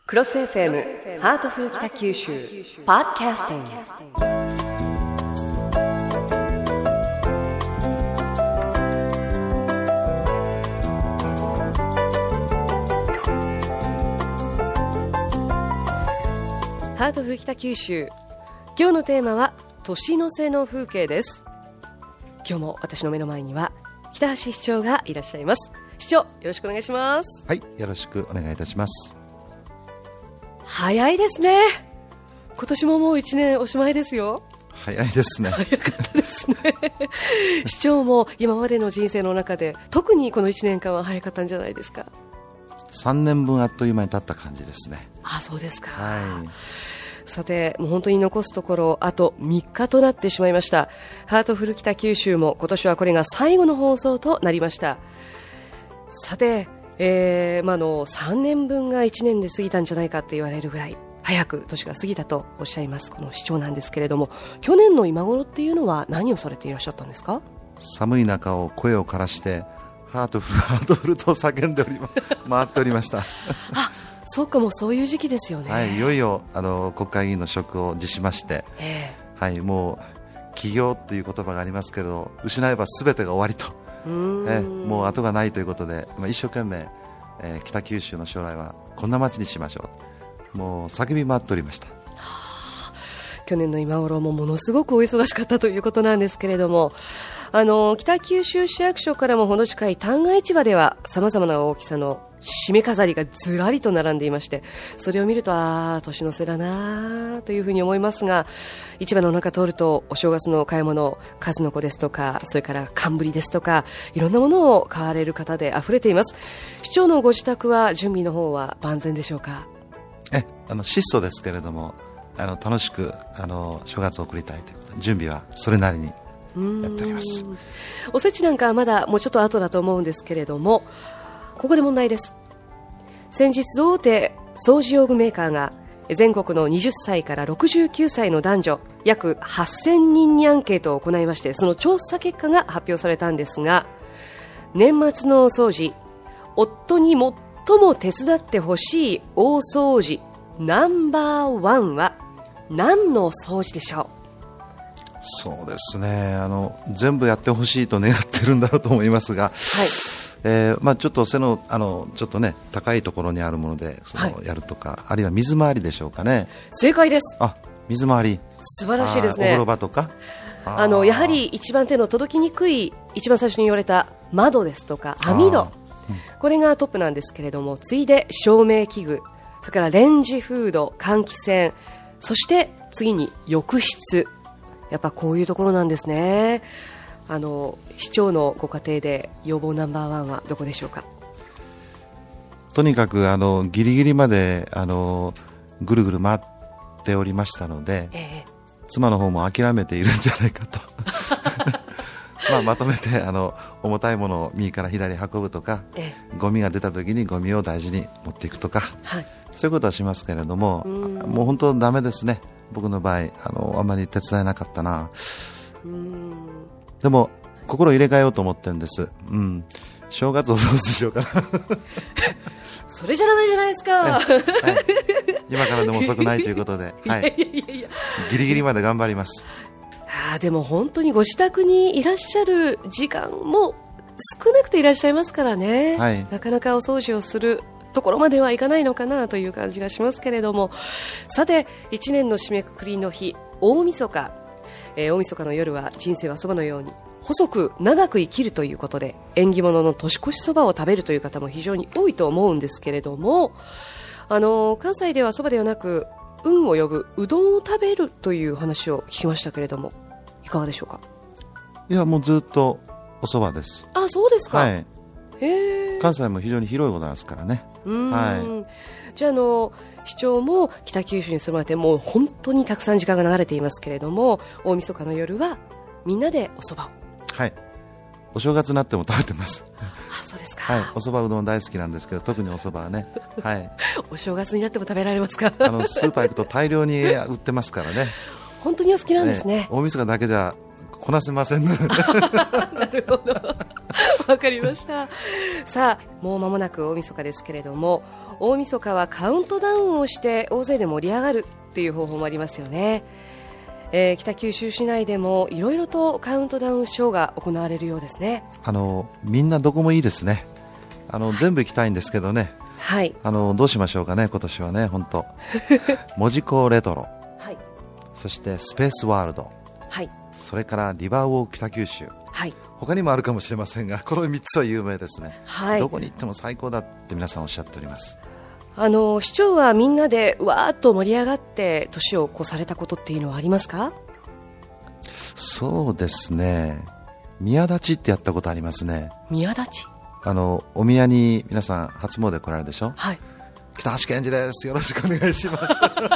クロス FM ハートフル北九州ポッドキャスティング。ハートフル北九州、今日のテーマは年の瀬の風景です。今日も私の目の前には北橋市長がいらっしゃいます。市長、よろしくお願いします。 はい、よろしくお願いいたします。 早いですね。今年ももう1年おしまいですよ。 早いですね。 早かったですね。市長も今までの人生の中で特にこの1年間は早かったんじゃないですか。 3年分あっという間に経った感じですね。 あ、そうですか。 はい。 さて、もう本当に残すところあと3日となってしまいました。ハートフル北九州も今年はこれが最後の放送となりました。さて、3年分が1年で過ぎたんじゃないかって言われるぐらい早く年が過ぎたとおっしゃいますこの市長なんですけれども、去年の今頃っていうのは何をされていらっしゃったんですか？ 寒い中を声を枯らしてハートフルと叫んで回っておりました。 あ、そうか、もうそういう時期ですよね。 はい、いよいよ国会議員の職を辞しまして、はい、もう起業という言葉がありますけど、失えば全てが終わりと、もう後がないということで、一生懸命、北九州の将来はこんな街にしましょう、もう叫び回っておりました。 去年の今頃もものすごくお忙しかったということなんですけれども、北九州市役所からもほど近い旦過市場ではさまざまな大きさの締め飾りがずらりと並んでいまして、それを見ると年の瀬だなというふうに思いますが、市場の中通るとお正月の買い物、数の子ですとか、それから寒ぶりですとか、いろんなものを買われる方で溢れています。市長のご自宅は準備の方は万全でしょうか？ 質素ですけれども、楽しく正月を送りたいということで、準備はそれなりにやっております。 おせちなんかはまだもうちょっと後だと思うんですけれども、ここで問題です。先日大手掃除用具メーカーが全国の20歳から69歳の男女約8000人にアンケートを行いまして、その調査結果が発表されたんですが、年末のお掃除、夫に最も手伝ってほしい大掃除ナンバーワンは何の掃除でしょう？ そうですね、全部やってほしいと願ってるんだろうと思いますが、ちょっと背のちょっとね高いところにあるものでやるとか、あるいは水回りでしょうかね。 正解です。 水回り素晴らしいですね。 お風呂場とか、 やはり一番手の届きにくい、一番最初に言われた窓ですとか網戸、これがトップなんですけれども、次いで照明器具、それからレンジフード、換気扇、そして次に浴室、やっぱこういうところなんですね。市長のご家庭で要望ナンバーワンはどこでしょうか？ とにかくギリギリまでぐるぐる回っておりましたので、妻の方も諦めているんじゃないかとまとめて重たいものを右から左に運ぶとか、ゴミが出た時にゴミを大事に持っていくとか、そういうことはしますけれども、もう本当ダメですね。僕の場合あんまり手伝えなかったな。でも心入れ替えようと思ってるんです。正月をどうしようかなそれじゃダメじゃないですか。 今からでも遅くないということで、ギリギリまで頑張ります。 でも本当にご自宅にいらっしゃる時間も少なくていらっしゃいますからね、なかなかお掃除をするところまではいかないのかなという感じがしますけれども、さて1年の締めくくりの日、大晦日、大晦日の夜は人生はそばのように細く長く生きるということで、縁起物の年越しそばを食べるという方も非常に多いと思うんですけれども、関西ではそばではなく運を呼ぶうどんを食べるという話を聞きましたけれども、いかがでしょうか？ いや、もうずっとおそばです。 そうですか。 関西も非常に広いことなんですからね。 じゃあ市長も北九州に住まれてもう本当にたくさん時間が流れていますけれども、大晦日の夜はみんなでおそばを。 お正月になっても食べてます。 そうですか。 おそばうどん大好きなんですけど、特におそばはね、 お正月になっても食べられますか？ スーパー行くと大量に売ってますからね。 本当にお好きなんですね。 大晦日だけじゃこなせませんね。 なるほどわかりました。さあ、もう間もなく大晦日ですけれども、大晦日はカウントダウンをして大勢で盛り上がるっていう方法もありますよね。北九州市内でもいろいろとカウントダウンショーが行われるようですね。 みんなどこもいいですね。全部行きたいんですけどね、 はい、 どうしましょうかね、今年はね。本当門司港レトロ、 はい、 そしてスペースワールド、 はい、 それからリバーウォーク北九州、 はい、 他にもあるかもしれませんが、この3つは有名ですね、 はい、 どこに行っても最高だって皆さんおっしゃっております。 市長はみんなでわーっと盛り上がって年を越されたことっていうのはありますか？ そうですね、宮立ってやったことありますね。 宮立、 お宮に皆さん初詣来られるでしょ。 はい、 北橋健二です、よろしくお願いします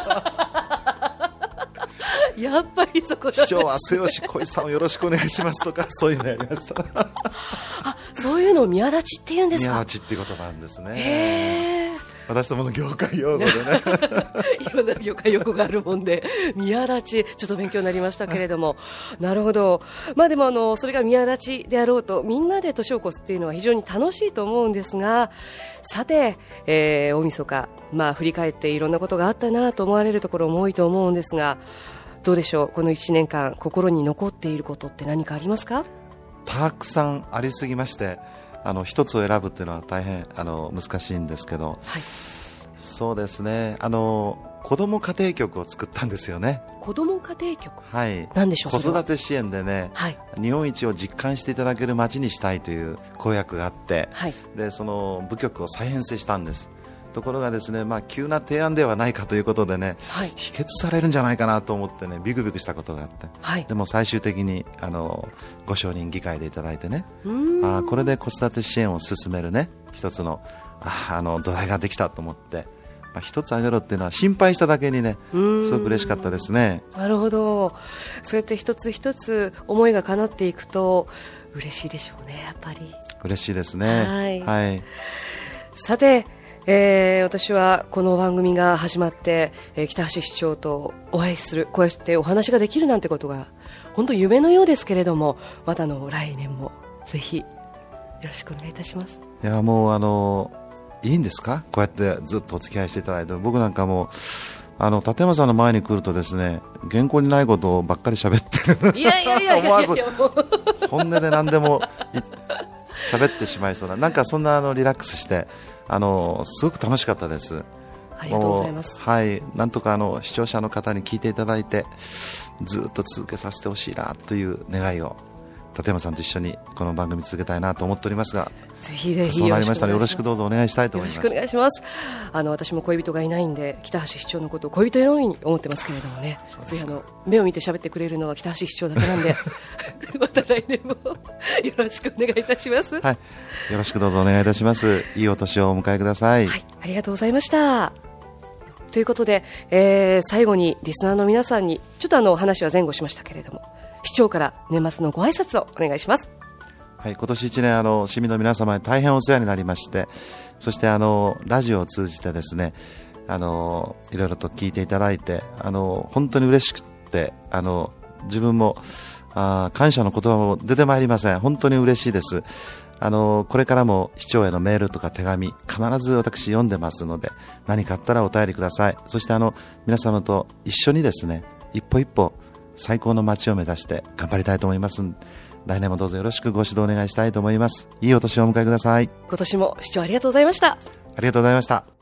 やっぱりそこだ、ね、 市長は末吉小井さんをよろしくお願いしますとかそういうのやりましたあ、そういうのを宮立って言うんですか？ 宮立っていう言葉なんですね。私どもの業界用語でねいろんな業界用語があるもんで、宮立ちょっと勉強になりましたけれどもなるほど。でもそれが宮立であろうと、みんなで年を越すっていうのは非常に楽しいと思うんですが、さて、大晦日、振り返っていろんなことがあったなと思われるところも多いと思うんですが、どうでしょう、この1年間心に残っていることって何かありますか？ たくさんありすぎまして、一つを選ぶっていうのは大変難しいんですけど、 はい、 そうですね、子ども家庭局を作ったんですよね。 子ども家庭局、 はい、 何でしょう。 子育て支援でね、 はい、 日本一を実感していただける街にしたいという公約があって、 はい、 でその部局を再編成したんです。ところがですね、急な提案ではないかということでね、 はい、 否決されるんじゃないかなと思ってね、ビクビクしたことがあって、 はい、 でも最終的にご承認議会でいただいてね、これで子育て支援を進めるね、一つの土台ができたと思って、一つあげろっていうのは心配しただけにね、すごく嬉しかったですね。 なるほど。そうやって一つ一つ思いが叶っていくと嬉しいでしょうね。やっぱり嬉しいですね。 はい、 はい、 さて、私はこの番組が始まって、北橋市長とお会いする、こうやってお話ができるなんてことが本当夢のようですけれども、また来年もぜひよろしくお願いいたします。 いや、もういいんですか、こうやってずっとお付き合いしていただいて。僕なんかも立山さんの前に来るとですね、原稿にないことばっかり喋ってるいやいやいやいやいや、 思わず本音で何でも喋ってしまいそうな、なんかそんなリラックスしてすごく楽しかったです。 ありがとうございます。 はい、なんとか視聴者の方に聞いていただいてずっと続けさせてほしいなという願いを、立山さんと一緒にこの番組続けたいなと思っておりますが、 ぜひぜひそうなりましたらよろしくどうぞお願いしたいと思います。 よろしくお願いします。私も恋人がいないんで、北橋市長のことを恋人のように思ってますけれどもね、ぜひ目を見て喋ってくれるのは北橋市長だけなんでまた来年もよろしくお願いいたします。 はい、よろしくどうぞお願いいたします。いいお年をお迎えください。 はい、ありがとうございました。ということで、最後にリスナーの皆さんにちょっと話は前後しましたけれども、市長から年末のご挨拶をお願いします。 はい、今年1年市民の皆様に大変お世話になりまして、そしてラジオを通じてですね、いろいろと聞いていただいて本当に嬉しくて自分も感謝の言葉も出てまいりません。本当に嬉しいです。これからも市長へのメールとか手紙必ず私読んでますので、何かあったらお便りください。そして皆様と一緒にですね、一歩一歩最高の街を目指して頑張りたいと思います。来年もどうぞよろしくご指導お願いしたいと思います。いいお年をお迎えください。 今年も市長ありがとうございました。 ありがとうございました。